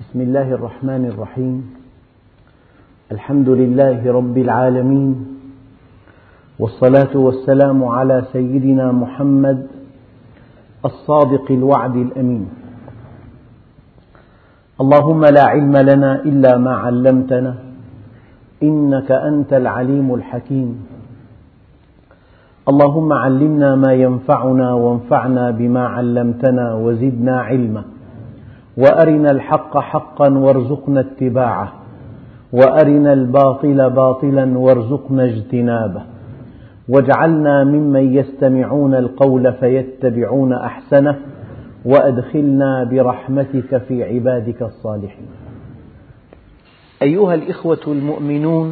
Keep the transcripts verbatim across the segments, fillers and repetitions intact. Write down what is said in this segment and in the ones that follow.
بسم الله الرحمن الرحيم. الحمد لله رب العالمين، والصلاة والسلام على سيدنا محمد الصادق الوعد الأمين. اللهم لا علم لنا إلا ما علمتنا إنك أنت العليم الحكيم. اللهم علمنا ما ينفعنا وانفعنا بما علمتنا وزدنا علما، وأرنا الحق حقا وارزقنا اتباعه، وأرنا الباطل باطلا وارزقنا اجتنابه، واجعلنا ممن يستمعون القول فيتبعون أحسنه، وأدخلنا برحمتك في عبادك الصالحين. أيها الإخوة المؤمنون،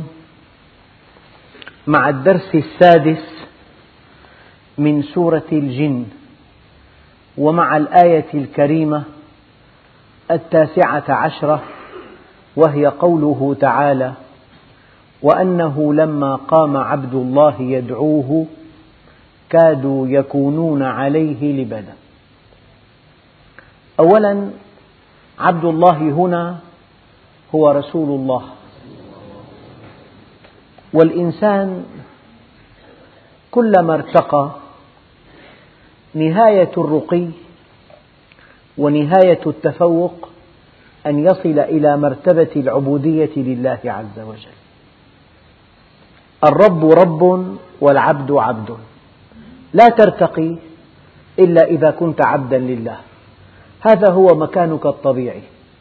مع الدرس السادس من سورة الجن، ومع الآية الكريمة التاسعة عشرة، وهي قوله تعالى: وأنه لما قام عبد الله يدعوه كادوا يكونون عليه لبدا. أولا، عبد الله هنا هو رسول الله، والإنسان كلما ارتقى نهاية الرقي ونهاية التفوق أن يصل إلى مرتبة العبودية لله عز وجل. الرب رب والعبد عبد، لا ترتقي إلا إذا كنت عبدا لله. هذا هو مكانك الطبيعي،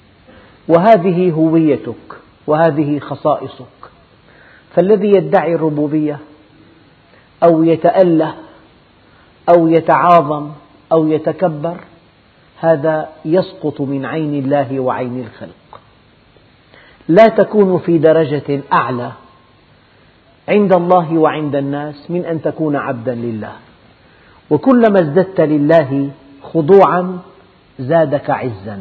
وهذه هويتك، وهذه خصائصك. فالذي يدعي الربوبية أو يتأله أو يتعاظم أو يتكبر، هذا يسقط من عين الله وعين الخلق. لا تكون في درجة أعلى عند الله وعند الناس من أن تكون عبدا لله. وكلما ازددت لله خضوعا زادك عزا،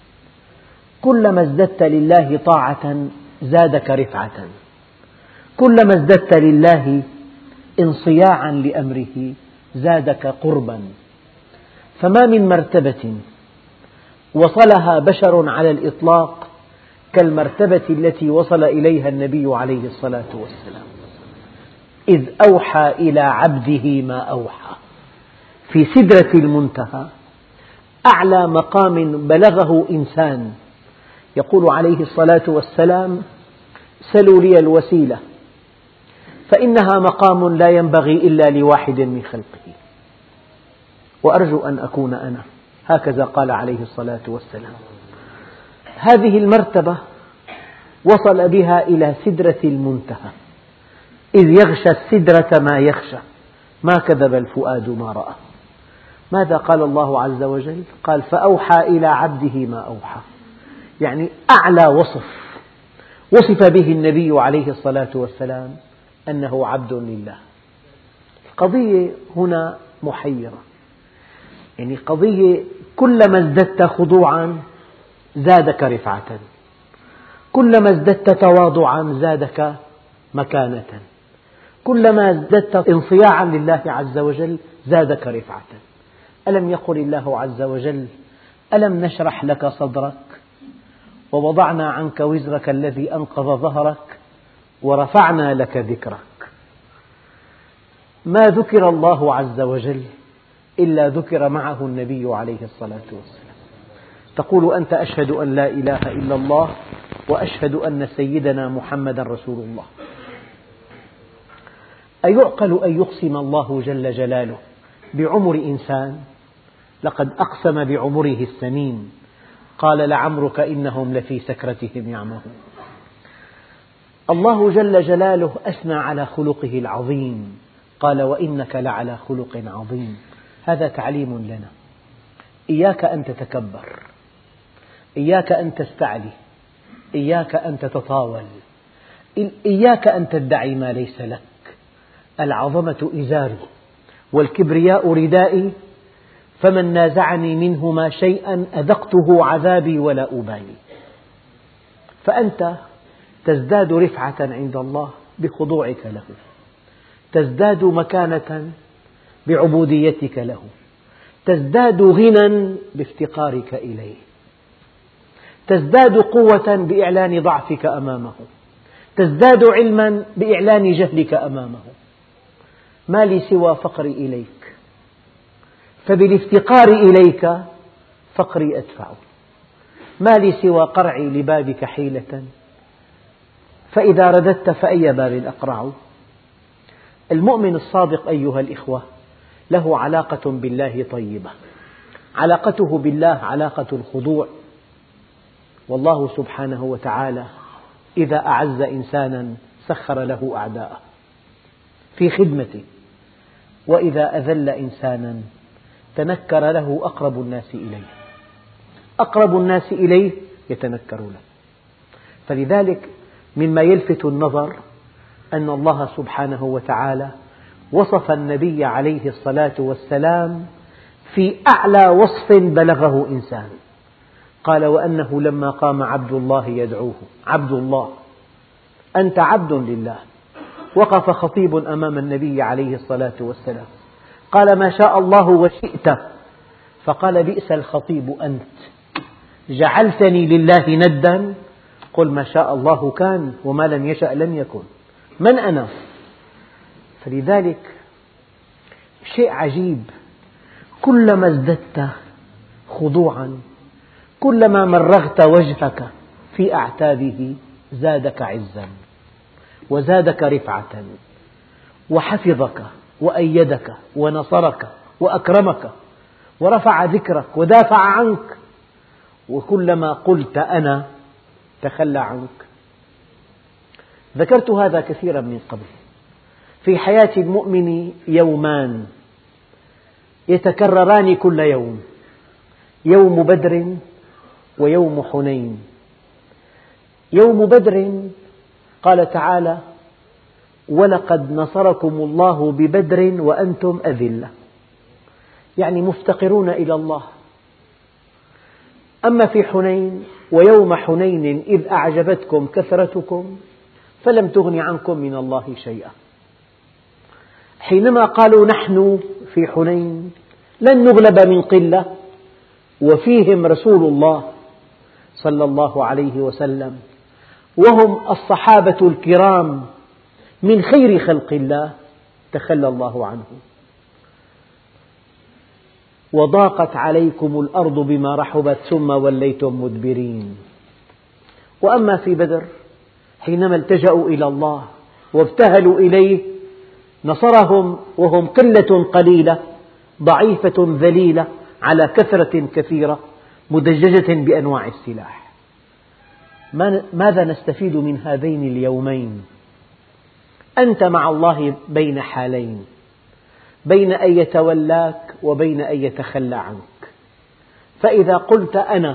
كلما ازددت لله طاعة زادك رفعة، كلما ازددت لله انصياعا لأمره زادك قربا. فما من مرتبة وصلها بشر على الإطلاق كالمرتبة التي وصل إليها النبي عليه الصلاة والسلام، إذ أوحى إلى عبده ما أوحى. في سدرة المنتهى أعلى مقام بلغه إنسان، يقول عليه الصلاة والسلام: سلوا لي الوسيلة فإنها مقام لا ينبغي إلا لواحد من خلقه، وأرجو أن أكون أنا. هكذا قال عليه الصلاة والسلام. هذه المرتبة وصل بها إلى سدرة المنتهى، إذ يغشى السدرة ما يخشى، ما كذب الفؤاد ما رأى. ماذا قال الله عز وجل؟ قال: فأوحى إلى عبده ما أوحى. يعني أعلى وصف وصف به النبي عليه الصلاة والسلام أنه عبد لله. القضية هنا محيرة، يعني قضية كلما ازددت خضوعا زادك رفعة، كلما ازددت تواضعا زادك مكانة، كلما ازددت انصياعا لله عز وجل زادك رفعة. ألم يقل الله عز وجل: ألم نشرح لك صدرك ووضعنا عنك وزرك الذي أنقض ظهرك ورفعنا لك ذكرك. ما ذكر الله عز وجل إلا ذكر معه النبي عليه الصلاة والسلام. تقول أنت: أشهد أن لا إله إلا الله وأشهد أن سيدنا محمدا رسول الله. أيعقل أن يقسم الله جل جلاله بعمر إنسان؟ لقد أقسم بعمره الثمين، قال: لعمرك إنهم لفي سكرتهم يعمهون. الله جل جلاله أثنى على خلقه العظيم، قال: وإنك لعلى خلق عظيم. هذا تعليم لنا. إياك أن تتكبر، إياك أن تستعلي، إياك أن تتطاول، إياك أن تدعي ما ليس لك. العظمة إزاري والكبرياء ردائي، فمن نازعني منهما شيئا أذقته عذابي ولا أبالي. فأنت تزداد رفعة عند الله بخضوعك له، تزداد مكانة بعبوديتك له، تزداد غنى بافتقارك إليه، تزداد قوة بإعلان ضعفك أمامه، تزداد علما بإعلان جهلك أمامه. ما لي سوى فقري إليك، فبالافتقار إليك فقري أدفع. ما لي سوى قرعي لبابك حيلة، فإذا رددت فأي باب أقرع. المؤمن الصادق أيها الإخوة له علاقة بالله طيبة، علاقته بالله علاقة الخضوع، والله سبحانه وتعالى إذا أعز إنسانا سخر له أعداءه في خدمته، وإذا أذل إنسانا تنكر له أقرب الناس إليه، أقرب الناس إليه يتنكر له. فلذلك مما يلفت النظر أن الله سبحانه وتعالى وصف النبي عليه الصلاة والسلام في أعلى وصف بلغه إنسان، قال: وأنه لما قام عبد الله يدعوه. عبد الله، أنت عبد لله. وقف خطيب أمام النبي عليه الصلاة والسلام قال: ما شاء الله وشئت. فقال: بئس الخطيب أنت، جعلتني لله ندا. قل ما شاء الله كان وما لم يشأ لم يكن. من أنا؟ فلذلك شيء عجيب، كلما ازددت خضوعا، كلما مرغت وجهك في أعتابه زادك عزا وزادك رفعة وحفظك وأيدك ونصرك وأكرمك ورفع ذكرك ودافع عنك. وكلما قلت أنا تخلى عنك. ذكرت هذا كثيرا من قبل. في حياة المؤمن يومان يتكرران كل يوم: يوم بدر ويوم حنين. يوم بدر قال تعالى: ولقد نصركم الله ببدر وأنتم أذلة، يعني مفتقرون إلى الله. أما في حنين: ويوم حنين إذ أعجبتكم كثرتكم فلم تغن عنكم من الله شيئا. حينما قالوا نحن في حنين لن نغلب من قلة، وفيهم رسول الله صلى الله عليه وسلم، وهم الصحابة الكرام من خير خلق الله، تخلى الله عنه. وضاقت عليكم الأرض بما رحبت ثم وليتم مدبرين. وأما في بدر حينما التجأوا إلى الله وابتهلوا إليه نصرهم وهم قلة قليلة ضعيفة ذليلة على كثرة كثيرة مدججة بأنواع السلاح. ماذا نستفيد من هذين اليومين؟ أنت مع الله بين حالين، بين أن يتولاك وبين أن يتخلى عنك. فإذا قلت أنا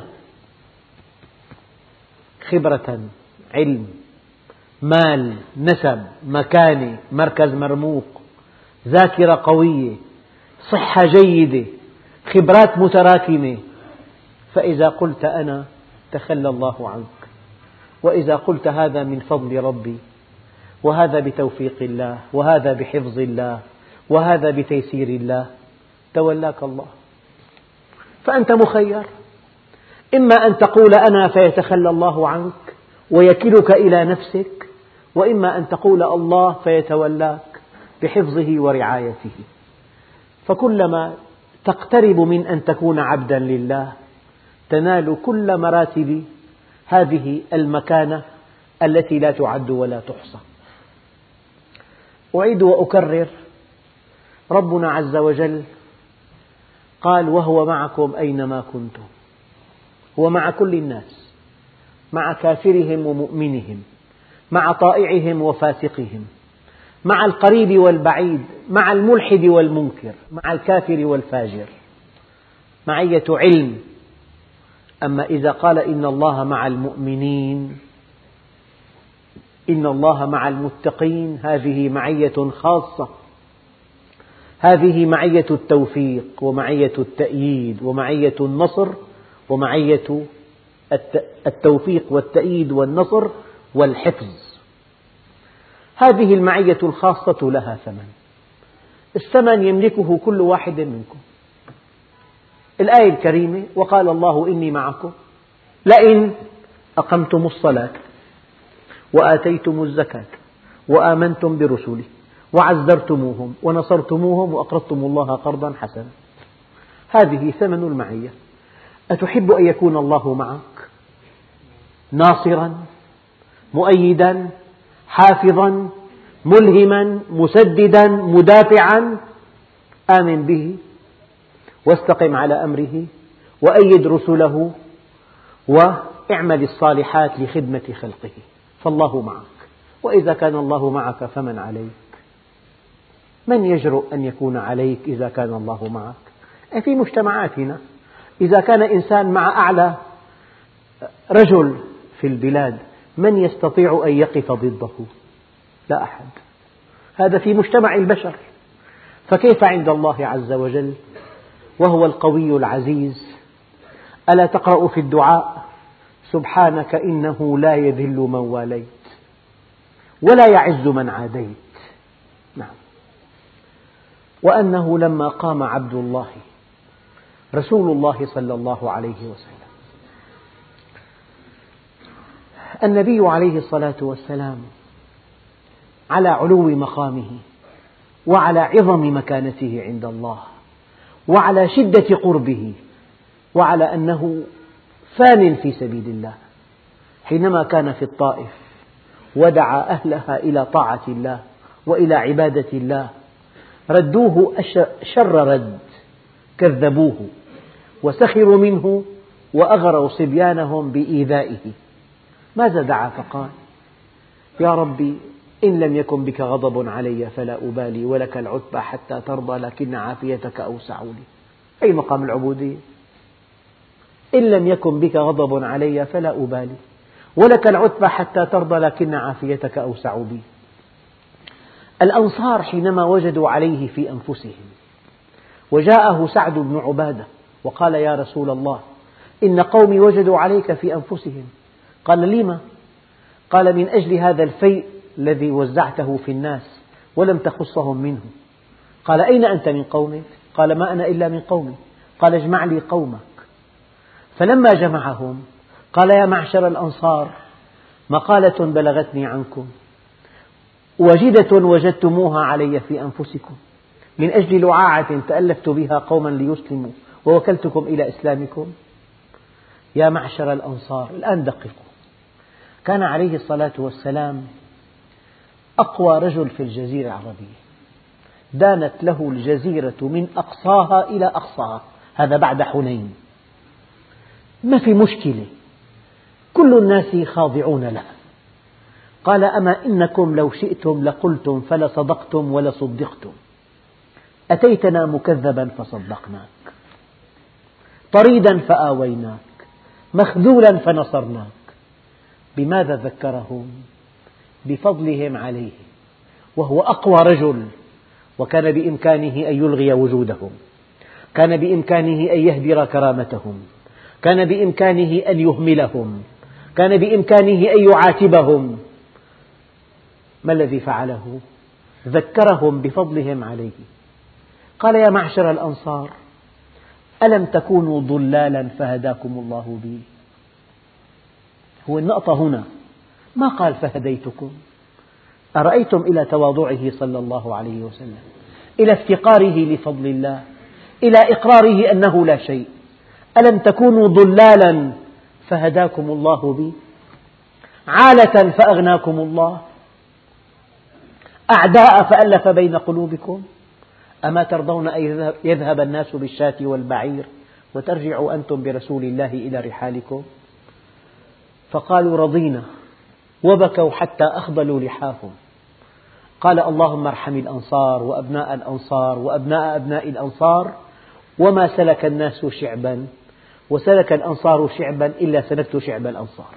خبرة، علم، مال، نسب، مكانة، مركز مرموق، ذاكرة قوية، صحة جيدة، خبرات متراكمة، فإذا قلت أنا تخلى الله عنك. وإذا قلت هذا من فضل ربي، وهذا بتوفيق الله، وهذا بحفظ الله، وهذا بتيسير الله، تولاك الله. فأنت مخير، إما أن تقول أنا فيتخلى الله عنك ويكلك إلى نفسك، وإما أن تقول الله فيتولاك بحفظه ورعايته. فكلما تقترب من أن تكون عبدا لله تنال كل مراتب هذه المكانة التي لا تعد ولا تحصى. أعيد وأكرر، ربنا عز وجل قال: وهو معكم أينما كنتم. هو مع كل الناس، مع كافرهم ومؤمنهم، مع طائعهم وفاسقهم، مع القريب والبعيد، مع الملحد والمنكر، مع الكافر والفاجر، معية علم. أما إذا قال إن الله مع المؤمنين، إن الله مع المتقين، هذه معية خاصة، هذه معية التوفيق ومعية التأييد ومعية النصر ومعية التوفيق والتأييد والنصر والحفظ. هذه المعية الخاصة لها ثمن، الثمن يملكه كل واحد منكم. الآية الكريمة: وقال الله إني معكم لئن أقمتم الصلاة وآتيتم الزكاة وآمنتم برسله وعزرتموهم ونصرتموهم وأقرضتم الله قرضا حسنا. هذه ثمن المعية. أتحب أن يكون الله معك ناصرا مؤيدا حافظا ملهما مسددا مدافعا؟ آمن به واستقم على أمره وأيد رسله واعمل الصالحات لخدمة خلقه، فالله معك. وإذا كان الله معك فمن عليك؟ من يجرؤ أن يكون عليك إذا كان الله معك؟ في مجتمعاتنا إذا كان إنسان مع أعلى رجل في البلاد، من يستطيع أن يقف ضده؟ لا أحد. هذا في مجتمع البشر، فكيف عند الله عز وجل وهو القوي العزيز؟ ألا تقرأ في الدعاء: سبحانك إنه لا يذل من واليت ولا يعز من عاديت. نعم. وأنه لما قام عبد الله رسول الله صلى الله عليه وسلم، النبي عليه الصلاة والسلام على علو مقامه وعلى عظم مكانته عند الله وعلى شدة قربه وعلى أنه فان في سبيل الله، حينما كان في الطائف ودعا أهلها إلى طاعة الله وإلى عبادة الله ردوه شر رد، كذبوه وسخروا منه وأغروا صبيانهم بإيذائه. ماذا دعا فقال: يا ربي إن لم يكن بك غضب علي فلا أبالي ولك العتبى حتى ترضى لكن عافيتك أوسع لي. أي مقام العبودية؟ إن لم يكن بك غضب علي فلا أبالي ولك العتبى حتى ترضى لكن عافيتك أوسع بي. الأنصار حينما وجدوا عليه في أنفسهم وجاءه سعد بن عبادة وقال: يا رسول الله إن قومي وجدوا عليك في أنفسهم. قال: لما؟ قال: من أجل هذا الفيء الذي وزعته في الناس ولم تخصهم منه. قال: أين أنت من قومك؟ قال: ما أنا إلا من قومي. قال: اجمع لي قومك. فلما جمعهم قال: يا معشر الأنصار مقالة بلغتني عنكم وجدة وجدتموها علي في أنفسكم من أجل لعاعة تألفت بها قوما ليسلموا ووكلتكم إلى إسلامكم. يا معشر الأنصار، الآن دققوا، كان عليه الصلاة والسلام أقوى رجل في الجزيرة العربية، دانت له الجزيرة من أقصاها إلى أقصاها، هذا بعد حنين، ما في مشكلة، كل الناس خاضعون له. قال: أما إنكم لو شئتم لقلتم فلصدقتم ولصدقتم، أتيتنا مكذبا فصدقناك، طريدا فآويناك، مخذولا فنصرناك. بماذا ذكرهم؟ بفضلهم عليه، وهو أقوى رجل، وكان بإمكانه أن يلغي وجودهم، كان بإمكانه أن يهدر كرامتهم، كان بإمكانه أن يهملهم، كان بإمكانه أن يعاتبهم. ما الذي فعله؟ ذكرهم بفضلهم عليه. قال: يا معشر الأنصار ألم تكونوا ضلالا فهداكم الله بي؟ هو النقطة هنا، ما قال فهديتكم. أرأيتم إلى تواضعه صلى الله عليه وسلم، إلى افتقاره لفضل الله، إلى إقراره أنه لا شيء. ألم تكونوا ضلالا فهداكم الله بي، عالة فأغناكم الله، أعداء فألف بين قلوبكم. أما ترضون أن يذهب الناس بالشاة والبعير وترجعوا أنتم برسول الله إلى رحالكم؟ فقالوا: رضينا، وبكوا حتى أخضلوا لحاهم. قال: اللهم ارحم الأنصار وأبناء الأنصار وأبناء أبناء الأنصار، وما سلك الناس شعبا وسلك الأنصار شعبا إلا سلكت شعب الأنصار.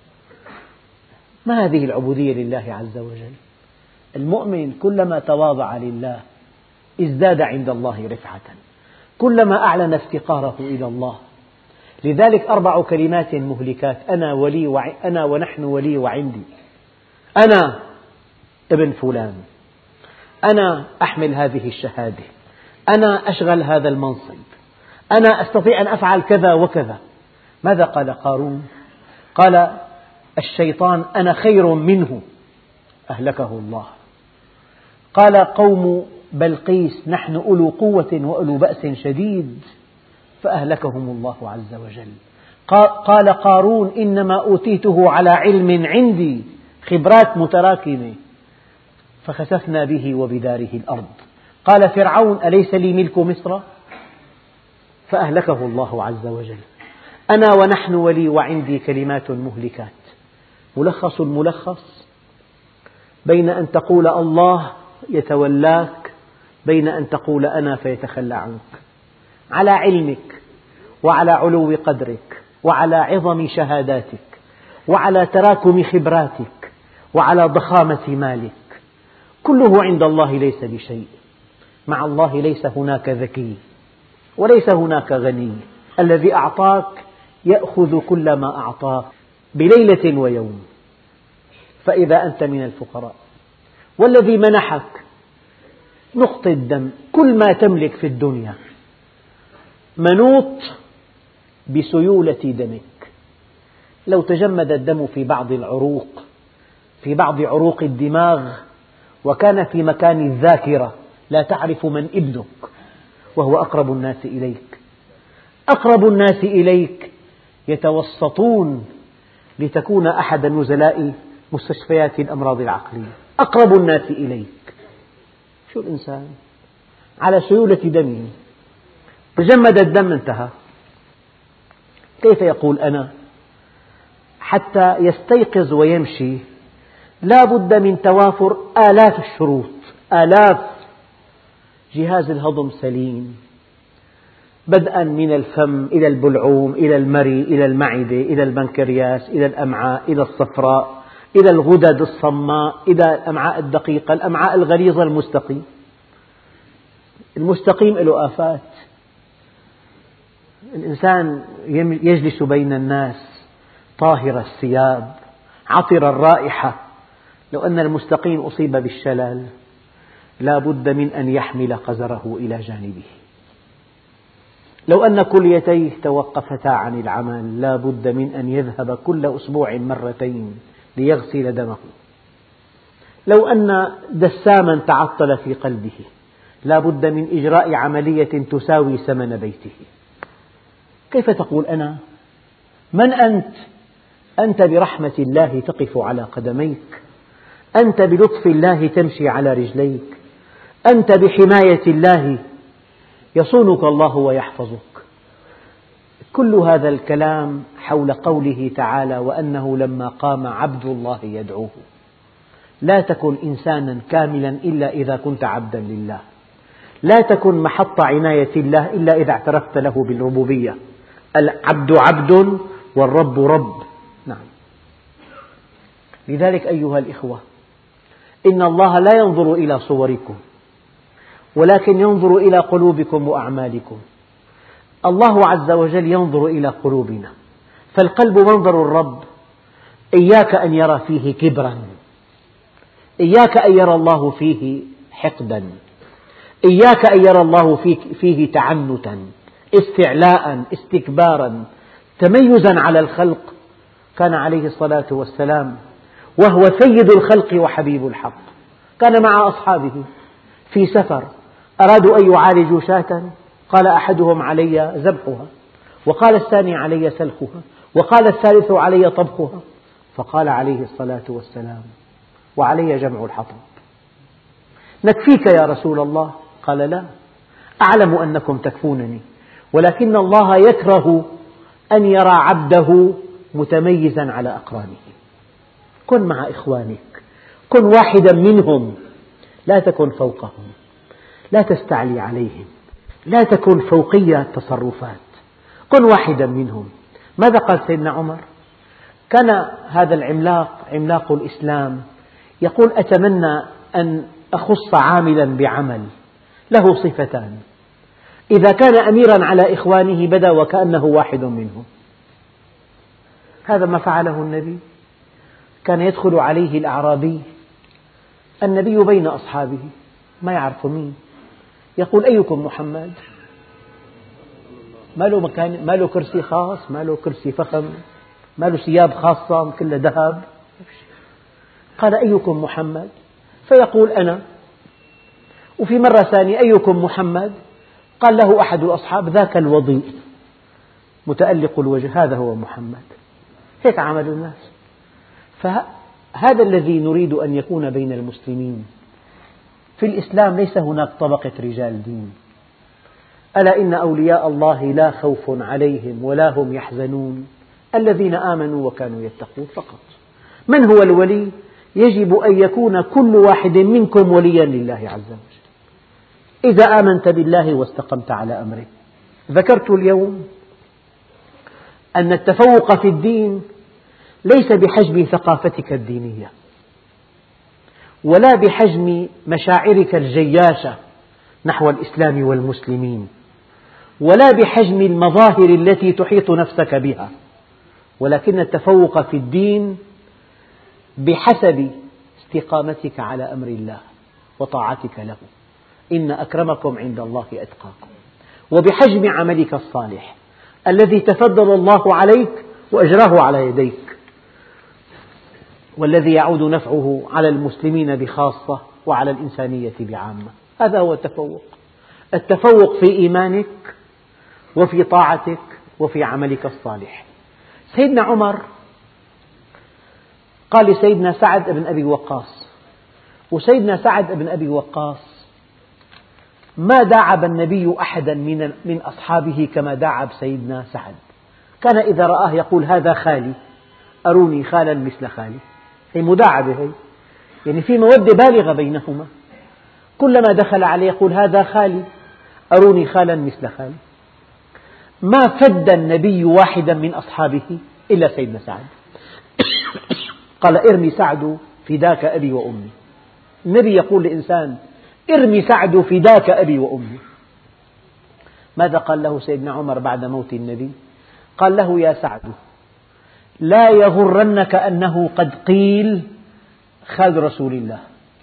ما هذه العبودية لله عز وجل؟ المؤمن كلما تواضع لله ازداد عند الله رفعة، كلما أعلن افتقاره إلى الله. لذلك أربع كلمات مهلكات: أنا ولي وع... أنا ونحن ولي وعندي. أنا ابن فلان، أنا أحمل هذه الشهادة، أنا أشغل هذا المنصب، أنا أستطيع أن أفعل كذا وكذا. ماذا قال قارون؟ قال الشيطان أنا خير منه أهلكه الله. قال قوم بلقيس نحن أولو قوة وأولو بأس شديد فأهلكهم الله عز وجل. قال قارون إنما أوتيته على علم عندي، خبرات متراكمة، فخسفنا به وبداره الأرض. قال فرعون أليس لي ملك مصر فأهلكه الله عز وجل. أنا ونحن ولي وعندي كلمات مهلكات. ملخص الملخص بين أن تقول الله يتولاك بين أن تقول أنا فيتخلى عنك، على علمك وعلى علو قدرك وعلى عظم شهاداتك وعلى تراكم خبراتك وعلى ضخامة مالك، كله عند الله ليس بشيء. مع الله ليس هناك ذكي وليس هناك غني. الذي أعطاك يأخذ كل ما أعطاك بليلة ويوم، فإذا أنت من الفقراء. والذي منحك نقطة دم، كل ما تملك في الدنيا منوط بسيولة دمك. لو تجمد الدم في بعض العروق في بعض عروق الدماغ وكان في مكان الذاكرة لا تعرف من ابنك، وهو أقرب الناس إليك. أقرب الناس إليك يتوسطون لتكون أحد نزلاء مستشفيات الأمراض العقلية. أقرب الناس إليك. شو الإنسان؟ على سيولة دمه تجمد الدم انتهى. كيف يقول أنا؟ حتى يستيقظ ويمشي لا بد من توافر آلاف الشروط، آلاف. جهاز الهضم سليم، بدءا من الفم إلى البلعوم إلى المري إلى المعدة إلى البنكرياس إلى الأمعاء إلى الصفراء إلى الغدد الصماء إلى الأمعاء الدقيقة، الأمعاء الغليظة المستقيم. المستقيم له آفات. الإنسان يجلس بين الناس طاهر الثياب عطر الرائحة، لو أن المستقيم أصيب بالشلل لا بد من أن يحمل قذره إلى جانبه. لو أن كليتيه توقفتا عن العمل لا بد من أن يذهب كل أسبوع مرتين ليغسل دمه. لو أن دساما تعطل في قلبه لا بد من إجراء عملية تساوي ثمن بيته. كيف تقول أنا؟ من أنت؟ أنت برحمة الله تقف على قدميك، أنت بلطف الله تمشي على رجليك، أنت بحماية الله يصونك الله ويحفظك. كل هذا الكلام حول قوله تعالى وأنه لما قام عبد الله يدعوه. لا تكن إنسانا كاملا إلا إذا كنت عبدا لله، لا تكن محط عناية الله إلا إذا اعترفت له بالربوبية. العبد عبد والرب رب. نعم. لذلك أيها الإخوة، إن الله لا ينظر إلى صوركم ولكن ينظر إلى قلوبكم وأعمالكم. الله عز وجل ينظر إلى قلوبنا، فالقلب منظر الرب. إياك أن يرى فيه كبرا، إياك أن يرى الله فيه حقدا، إياك أن يرى الله فيه تعنتا استعلاء استكبارا تميزا على الخلق. كان عليه الصلاة والسلام وهو سيد الخلق وحبيب الحق كان مع أصحابه في سفر، أرادوا أن يعالجوا شاة، قال أحدهم علي ذبحها، وقال الثاني علي سلخها، وقال الثالث علي طبخها، فقال عليه الصلاة والسلام وعلي جمع الحطب. نكفيك يا رسول الله؟ قال لا، أعلم أنكم تكفونني، ولكن الله يكره أن يرى عبده متميزا على أقرانه. كن مع إخوانك، كن واحدا منهم، لا تكن فوقهم، لا تستعلي عليهم، لا تكن فوقية التصرفات، كن واحدا منهم. ماذا قال سيدنا عمر؟ كان هذا العملاق عملاق الإسلام يقول أتمنى أن أخص عاملا بعمل له صفتان، إذا كان أميرا على إخوانه بدا وكأنه واحد منهم. هذا ما فعله النبي. كان يدخل عليه الأعرابي، النبي بين أصحابه ما يعرف مين، يقول أيكم محمد؟ ما له مكان، ما له كرسي خاص، ما له كرسي فخم، ما له ثياب خاصة كلها ذهب. قال أيكم محمد؟ فيقول أنا. وفي مرة ثانية أيكم محمد؟ قال له أحد الأصحاب ذاك الوضيء متألق الوجه هذا هو محمد. هيك عمل الناس. فهذا الذي نريد أن يكون بين المسلمين. في الإسلام ليس هناك طبقة رجال دين. ألا إن أولياء الله لا خوف عليهم ولا هم يحزنون الذين آمنوا وكانوا يتقون فقط. من هو الولي؟ يجب أن يكون كل واحد منكم وليا لله عز وجل إذا آمنت بالله واستقمت على أمره. ذكرت اليوم أن التفوق في الدين ليس بحجم ثقافتك الدينية ولا بحجم مشاعرك الجياشة نحو الإسلام والمسلمين ولا بحجم المظاهر التي تحيط نفسك بها، ولكن التفوق في الدين بحسب استقامتك على أمر الله وطاعتك له. إن أكرمكم عند الله أتقاكم. وبحجم عملك الصالح الذي تفضل الله عليك وأجراه على يديك، والذي يعود نفعه على المسلمين بخاصة وعلى الإنسانية بعامة. هذا هو التفوق. التفوق في إيمانك وفي طاعتك وفي عملك الصالح. سيدنا عمر قال لسيدنا سعد بن أبي وقاص، وسيدنا سعد بن أبي وقاص ما داعب النبي أحدا من من أصحابه كما داعب سيدنا سعد. كان إذا رآه يقول هذا خالي أروني خالا مثل خالي. هي مداعبة، هي يعني في مودة بالغة بينهما. كلما دخل عليه يقول هذا خالي أروني خالا مثل خالي. ما فد النبي واحدا من أصحابه إلا سيدنا سعد. قال ارمي سعد فداك أبي وأمي. النبي يقول لإنسان ارمي سعد فداك أبي وأمي. ماذا قال له سيدنا عمر بعد موت النبي؟ قال له يا سعد لا يغرنك أنه قد قيل خال رسول الله،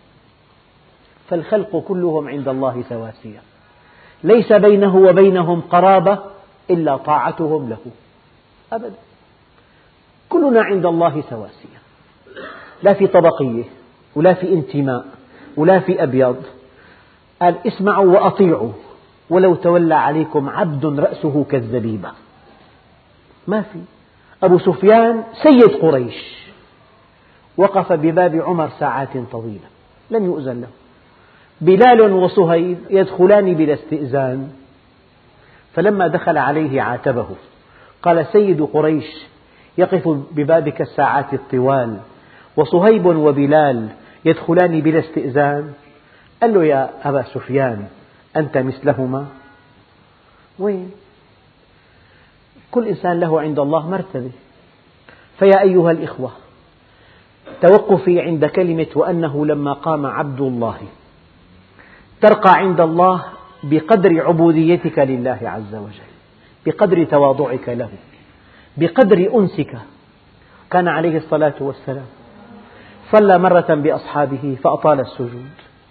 فالخلق كلهم عند الله سواسية، ليس بينه وبينهم قرابة إلا طاعتهم له أبدا. كلنا عند الله سواسية، لا في طبقية ولا في انتماء ولا في أبيض. قال اسمعوا وأطيعوا ولو تولى عليكم عبد رأسه كالزبيبة. ما في. أبو سفيان سيد قريش وقف بباب عمر ساعات طويلة لم يؤذن له. بلال وصهيب يدخلان بلا استئذان، فلما دخل عليه عاتبه قال سيد قريش يقف ببابك الساعات الطوال وصهيب وبلال يدخلان بلا استئذان. قال له يا أبا سفيان أنت مثلهما؟ وين؟ كل إنسان له عند الله مرتبة. فيا أيها الإخوة، توقفي عند كلمة وأنه لما قام عبد الله ترقى عند الله بقدر عبوديتك لله عز وجل، بقدر تواضعك له، بقدر أنسك. كان عليه الصلاة والسلام صلى مرة بأصحابه فأطال السجود،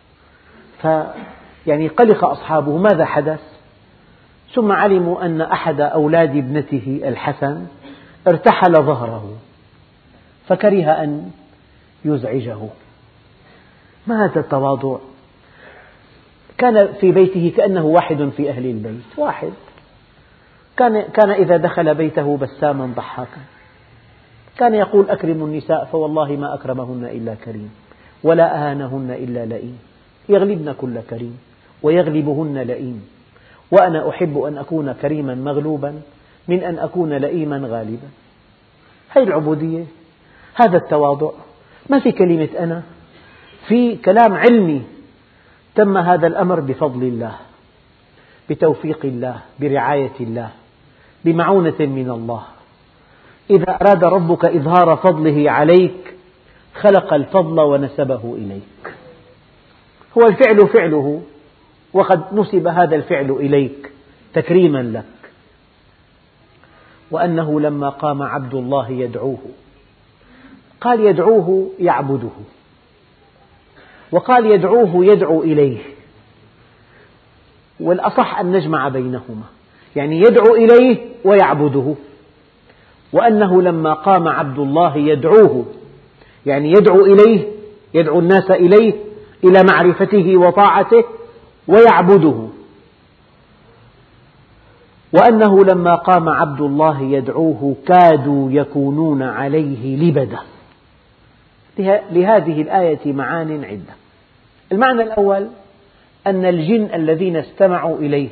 فيعني قلق أصحابه ماذا حدث؟ ثم علموا أن أحد أولاد ابنته الحسن ارتحل ظهره فكره أن يزعجه. ما هذا التواضع؟ كان في بيته كأنه واحد في أهل البيت، واحد كان, كان إذا دخل بيته بساما ضحاكا. كان يقول أكرموا النساء فوالله ما أكرمهن إلا كريم ولا أهانهن إلا لئيم، يغلبن كل كريم ويغلبهن لئيم، وأنا أحب أن أكون كريما مغلوبا من أن أكون لئيما غالبا. هذه العبودية، هذا التواضع. ما في كلمة أنا، في كلام علمي. تم هذا الأمر بفضل الله، بتوفيق الله، برعاية الله، بمعونة من الله. إذا أراد ربك إظهار فضله عليك خلق الفضل ونسبه إليك. هو الفعل فعله وقد نسب هذا الفعل إليك تكريما لك. وأنه لما قام عبد الله يدعوه، قال يدعوه يعبده، وقال يدعوه يدعو إليه، والأصح أن نجمع بينهما، يعني يدعو إليه ويعبده. وأنه لما قام عبد الله يدعوه، يعني يدعو إليه، يدعو الناس إليه إلى معرفته وطاعته ويعبده، وأنه لما قام عبد الله يدعوه كادوا يكونون عليه لبدا. لهذه الآية معان عدة. المعنى الأول أن الجن الذين استمعوا إليه،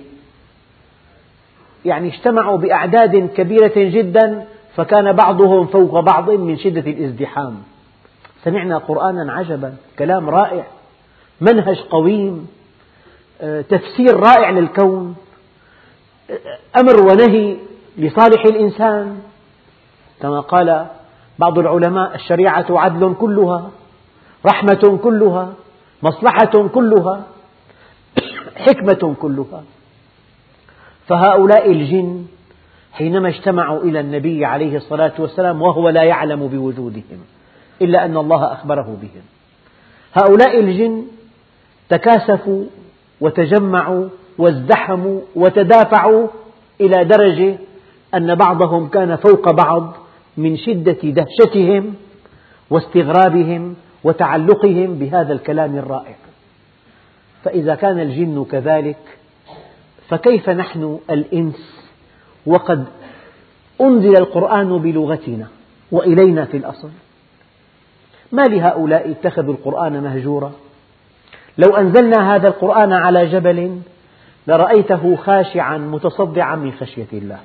يعني اجتمعوا بأعداد كبيرة جدا، فكان بعضهم فوق بعض من شدة الازدحام. سمعنا قرآنا عجبا، كلام رائع، منهج قويم، تفسير رائع للكون، أمر ونهي لصالح الإنسان، كما قال بعض العلماء: الشريعة عدل كلها، رحمة كلها، مصلحة كلها، حكمة كلها. فهؤلاء الجن حينما اجتمعوا إلى النبي عليه الصلاة والسلام وهو لا يعلم بوجودهم إلا أن الله أخبره بهم، هؤلاء الجن تكاثفوا وتجمعوا وازدحموا وتدافعوا إلى درجة أن بعضهم كان فوق بعض من شدة دهشتهم واستغرابهم وتعلقهم بهذا الكلام الرائع. فإذا كان الجن كذلك، فكيف نحن الإنس وقد أنزل القرآن بلغتنا وإلينا في الأصل؟ ما لهؤلاء اتخذوا القرآن مهجورا؟ لو أنزلنا هذا القرآن على جبل لرأيته خاشعا متصدعا من خشية الله.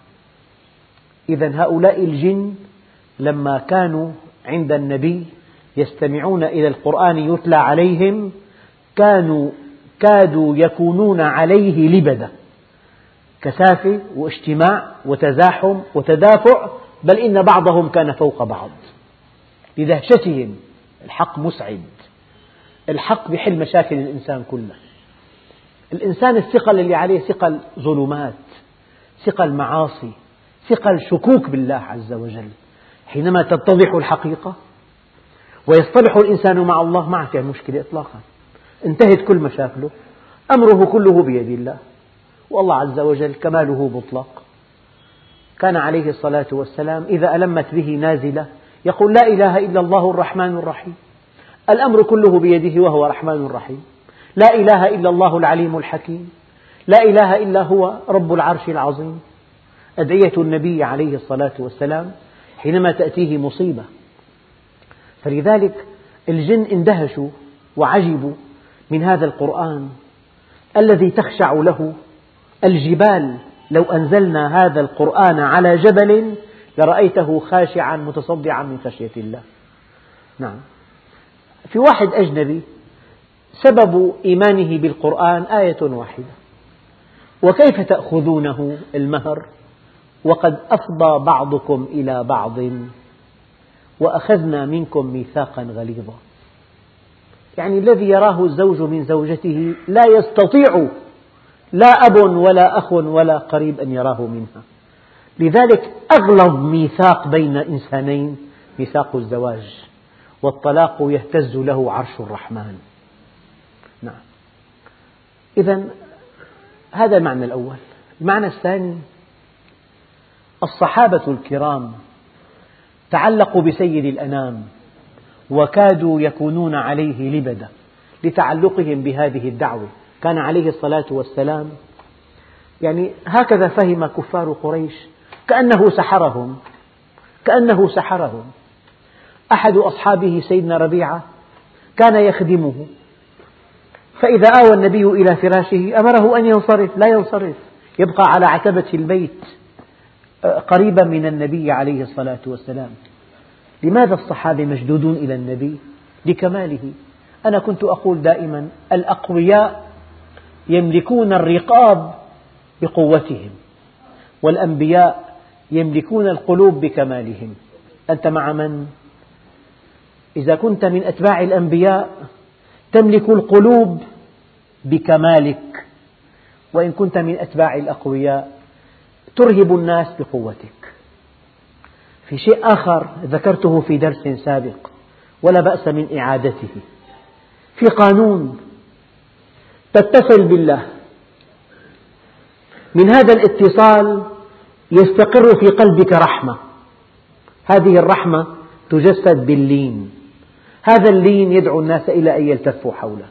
إذن هؤلاء الجن لما كانوا عند النبي يستمعون إلى القرآن يتلى عليهم كانوا كادوا يكونون عليه لبدا، كثافة واجتماع وتزاحم وتدافع، بل إن بعضهم كان فوق بعض لدهشتهم. الحق مسعد، الحق بيحل مشاكل الإنسان كلها. الإنسان الثقل اللي عليه ثقل ظلمات، ثقل معاصي، ثقل شكوك بالله عز وجل. حينما تتضح الحقيقة ويصطلح الإنسان مع الله ما في مشكلة إطلاقا، انتهت كل مشاكله، أمره كله بيد الله، والله عز وجل كماله مطلق. كان عليه الصلاة والسلام إذا ألمت به نازلة يقول: لا إله إلا الله الرحمن الرحيم، الأمر كله بيده وهو رحمن رحيم. لا إله إلا الله العليم الحكيم، لا إله إلا هو رب العرش العظيم. أدعية النبي عليه الصلاة والسلام حينما تأتيه مصيبة. فلذلك الجن اندهشوا وعجبوا من هذا القرآن الذي تخشع له الجبال. لو أنزلنا هذا القرآن على جبل لرأيته خاشعا متصدعا من خشية الله. نعم، في واحد أجنبي سبب إيمانه بالقرآن آية واحدة: وكيف تأخذونه المهر وقد أفضى بعضكم إلى بعض وأخذنا منكم ميثاقا غليظا. يعني الذي يراه الزوج من زوجته لا يستطيع لا أب ولا أخ ولا قريب أن يراه منها. لذلك أغلظ ميثاق بين إنسانين ميثاق الزواج، والطلاق يهتز له عرش الرحمن. نعم، إذن هذا المعنى الأول. المعنى الثاني: الصحابة الكرام تعلقوا بسيد الأنام وكادوا يكونون عليه لبدا لتعلقهم بهذه الدعوة. كان عليه الصلاة والسلام يعني هكذا فهم كفار قريش، كأنه سحرهم، كأنه سحرهم. أحد أصحابه سيدنا ربيعة كان يخدمه، فإذا آوى النبي إلى فراشه أمره أن ينصرف، لا ينصرف، يبقى على عتبة البيت قريبا من النبي عليه الصلاة والسلام. لماذا الصحابة مشدودون إلى النبي؟ لكماله. أنا كنت أقول دائما: الأقوياء يملكون الرقاب بقوتهم، والأنبياء يملكون القلوب بكمالهم. أنت مع من؟ إذا كنت من أتباع الأنبياء تملك القلوب بكمالك، وإن كنت من أتباع الأقوياء ترهب الناس بقوتك. في شيء آخر ذكرته في درس سابق ولا بأس من إعادته: في قانون تتصل بالله، من هذا الاتصال يستقر في قلبك رحمة هذه الرحمة تجسد باللين، هذا اللين يدعو الناس إلى أن يلتفوا حولك.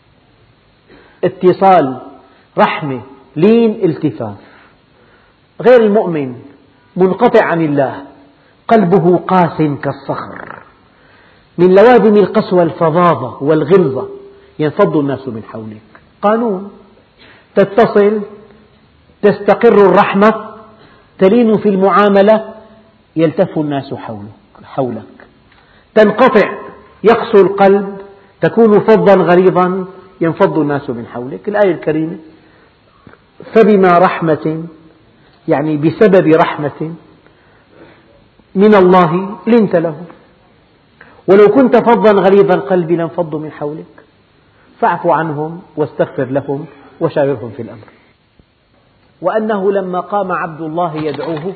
اتصال، رحمة، لين، التفاف. غير المؤمن منقطع عن الله، قلبه قاس كالصخر، من لوازم القسوة الفظاظة والغلظة، ينفض الناس من حولك. قانون، تتصل تستقر الرحمة، تلين في المعاملة، يلتف الناس حولك. تنقطع، يقسو القلب، تكون فظا غليظا، ينفض الناس من حولك. الآية الكريمة: فبما رحمة، يعني بسبب رحمة من الله لنت له، ولو كنت فظا غليظ القلب لانفضوا من حولك، فاعف عنهم واستغفر لهم وشاورهم في الأمر. وأنه لما قام عبد الله يدعوه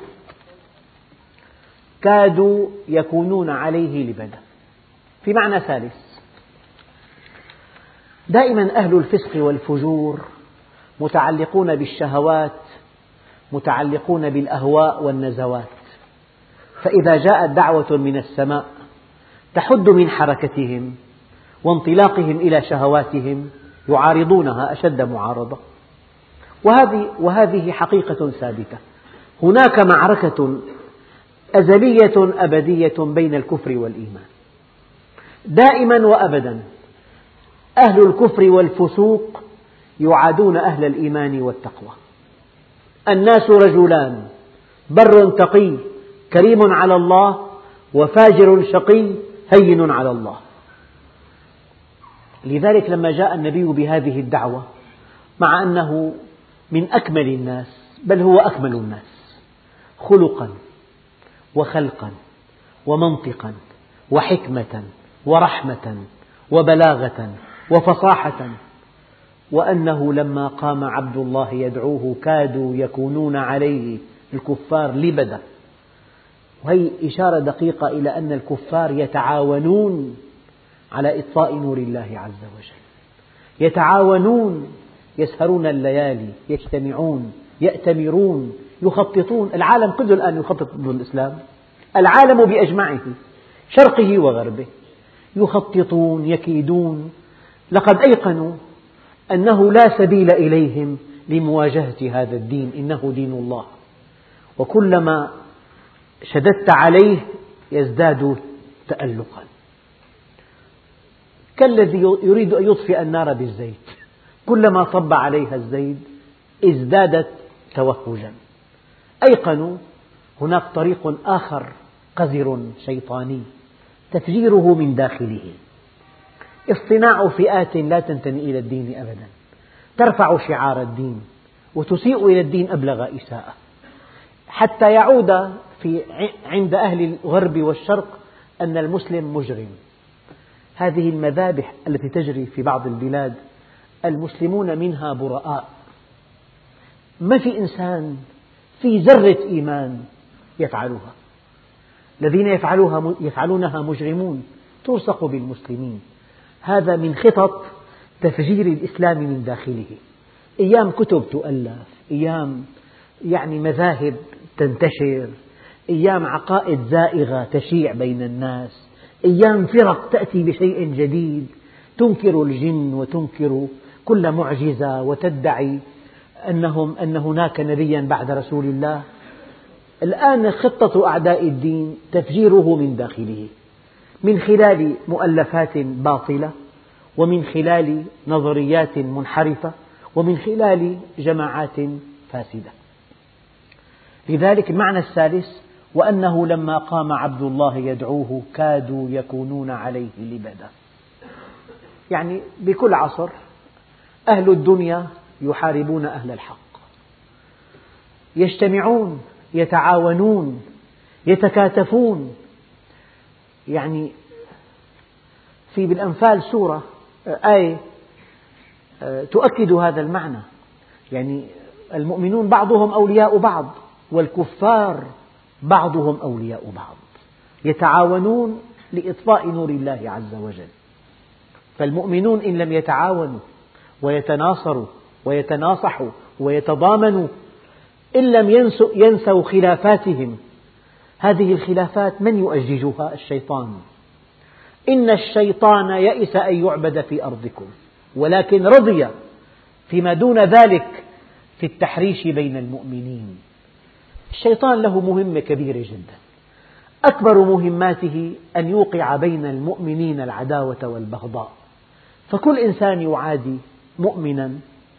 كادوا يكونون عليه لبدا. في معنى ثالث: دائما أهل الفسق والفجور متعلقون بالشهوات، متعلقون بالأهواء والنزوات، فإذا جاءت دعوة من السماء تحد من حركتهم وانطلاقهم إلى شهواتهم يعارضونها أشد معارضة. وهذه, وهذه حقيقة ثابتة. هناك معركة أزلية أبدية بين الكفر والإيمان، دائما وأبدا. أهل الكفر والفسوق يعادون أهل الإيمان والتقوى. الناس رجلان: بر تقي كريم على الله، وفاجر شقي هين على الله. لذلك لما جاء النبي بهذه الدعوة، مع أنه من أكمل الناس، بل هو أكمل الناس خلقا وخلقا ومنطقا وحكمة ورحمة وبلاغة وفصاحة، وأنه لما قام عبد الله يدعوه كادوا يكونون عليه الكفار لبدا. وهي إشارة دقيقة إلى أن الكفار يتعاونون على إطفاء نور الله عز وجل، يتعاونون، يسهرون الليالي، يجتمعون، يأتمرون، يخططون. العالم كله الآن يخطط ضد الإسلام، العالم بأجمعه، شرقه وغربه، يخططون، يكيدون. لقد أيقنوا أنه لا سبيل إليهم لمواجهة هذا الدين، إنه دين الله، وكلما شددت عليه يزداد تألقا، كالذي يريد أن يطفئ النار بالزيت، كلما صب عليها الزيت ازدادت توهجا. أيقنوا هناك طريق آخر قذر شيطاني تفجيره من داخله، اصطناع فئات لا تنتمي إلى الدين أبدا، ترفع شعار الدين وتسيء إلى الدين أبلغ إساءة، حتى يعود في عند أهل الغرب والشرق أن المسلم مجرم. هذه المذابح التي تجري في بعض البلاد المسلمون منها براء، ما في إنسان في ذرة إيمان يفعلها، الذين يفعلوها يفعلونها مجرمون تلصق بالمسلمين. هذا من خطط تفجير الإسلام من داخله. أيام كتب تؤلف، أيام يعني مذاهب تنتشر، أيام عقائد زائغة تشيع بين الناس، أيام فرق تأتي بشيء جديد تنكر الجن وتنكر كل معجزة وتدعي أنهم أن هناك نبيا بعد رسول الله. الآن خطة أعداء الدين تفجيره من داخله، من خلال مؤلفات باطلة، ومن خلال نظريات منحرفة، ومن خلال جماعات فاسدة. لذلك المعنى الثالث: وأنه لما قام عبد الله يدعوه كادوا يكونون عليه لبدا. يعني بكل عصر أهل الدنيا يحاربون أهل الحق، يجتمعون، يتعاونون، يتكاتفون. يعني في بالأنفال سورة آية تؤكد هذا المعنى، يعني المؤمنون بعضهم أولياء بعض، والكفار بعضهم أولياء بعض، يتعاونون لإطفاء نور الله عز وجل. فالمؤمنون إن لم يتعاونوا ويتناصروا ويتناصحوا ويتضامنوا، إن لم ينسوا خلافاتهم هذه الخلافات من يؤججها؟ الشيطان. إن الشيطان يئس أن يعبد في أرضكم ولكن رضي فيما دون ذلك في التحريش بين المؤمنين. الشيطان له مهمة كبيرة جدا، أكبر مهماته أن يوقع بين المؤمنين العداوة والبغضاء، فكل إنسان يعادي مؤمنا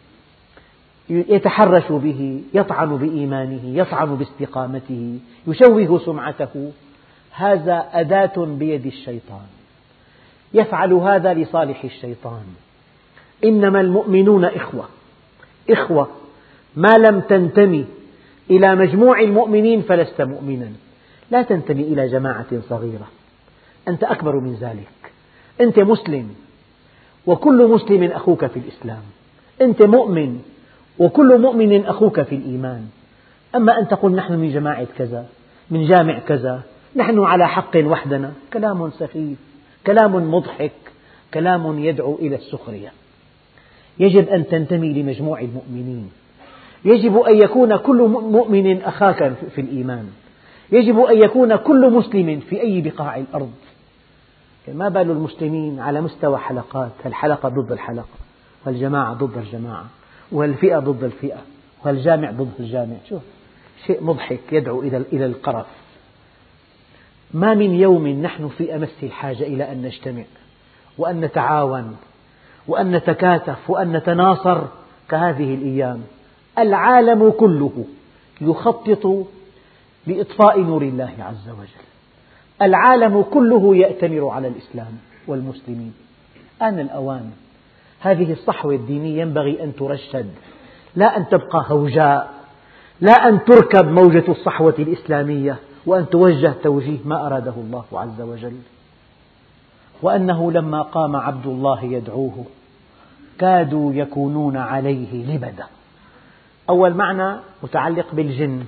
يتحرش به، يطعن بإيمانه، يطعن باستقامته، يشوه سمعته، هذا أداة بيد الشيطان، يفعل هذا لصالح الشيطان. إنما المؤمنون إخوة، إخوة ما لم تنتمي إلى مجموع المؤمنين فلست مؤمنا، لا تنتمي إلى جماعة صغيرة، أنت أكبر من ذلك، أنت مسلم وكل مسلم أخوك في الإسلام، أنت مؤمن وكل مؤمن أخوك في الإيمان. أما أن تقول نحن من جماعة كذا، من جامع كذا، نحن على حق وحدنا، كلام سخيف، كلام مضحك، كلام يدعو إلى السخرية. يجب أن تنتمي لمجموع المؤمنين، يجب أن يكون كل مؤمن أخاك في الإيمان، يجب أن يكون كل مسلم في أي بقاع الأرض. ما بال المسلمين على مستوى حلقات، الحلقة ضد الحلقة، والجماعة ضد الجماعة، والفئة ضد الفئة، والجامع ضد الجامع، شوف شيء مضحك يدعو إلى القرف. ما من يوم نحن في أمس الحاجة إلى أن نجتمع وأن نتعاون وأن نتكاتف وأن نتناصر كهذه الأيام. العالم كله يخطط لإطفاء نور الله عز وجل، العالم كله يأتمر على الإسلام والمسلمين. آن الأوان، هذه الصحوة الدينية ينبغي أن ترشد، لا أن تبقى هوجاء، لا أن تركب موجة الصحوة الإسلامية وأن توجه توجيه ما أراده الله عز وجل. وأنه لما قام عبد الله يدعوه كادوا يكونون عليه لبدا. أول معنى متعلق بالجن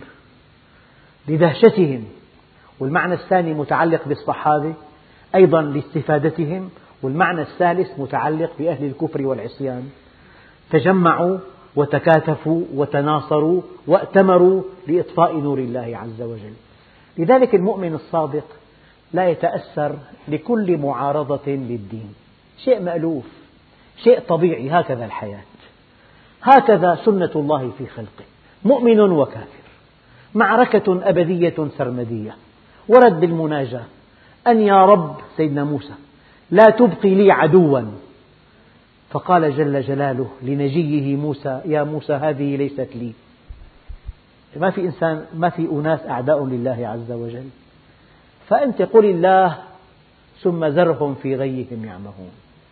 لدهشتهم، والمعنى الثاني متعلق بالصحابة أيضا لاستفادتهم، والمعنى الثالث متعلق بأهل الكفر والعصيان، تجمعوا وتكاتفوا وتناصروا وائتمروا لإطفاء نور الله عز وجل. لذلك المؤمن الصادق لا يتأثر لكل معارضة للدين، شيء مألوف، شيء طبيعي، هكذا الحياة، هكذا سنة الله في خلقه، مؤمن وكافر، معركة أبدية سرمدية. ورد بالمناجاة أن يا رب سيدنا موسى لا تبقي لي عدوا، فقال جل جلاله لنجيه موسى يا موسى هذه ليست لي. ما في إنسان، ما في أناس أعداء لله عز وجل، فأنت قل الله ثم ذرهم في غيهم يعمهون.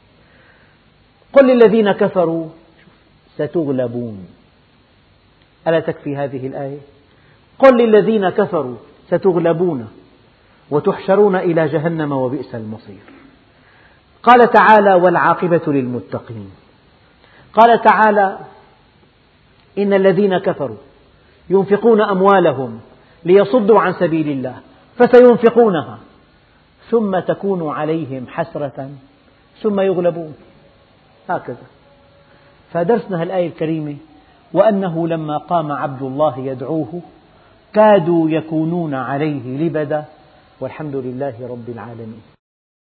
قل للذين كفروا ستغلبون، ألا تكفي هذه الآية؟ قل للذين كفروا ستغلبون وتحشرون إلى جهنم وبئس المصير. قال تعالى والعاقبة للمتقين. قال تعالى إن الذين كفروا ينفقون أموالهم ليصدوا عن سبيل الله فسينفقونها ثم تكون عليهم حسرة ثم يغلبون، هكذا. فدرسنا الآية الكريمة وأنه لما قام عبد الله يدعوه كادوا يكونون عليه لبدا، والحمد لله رب العالمين.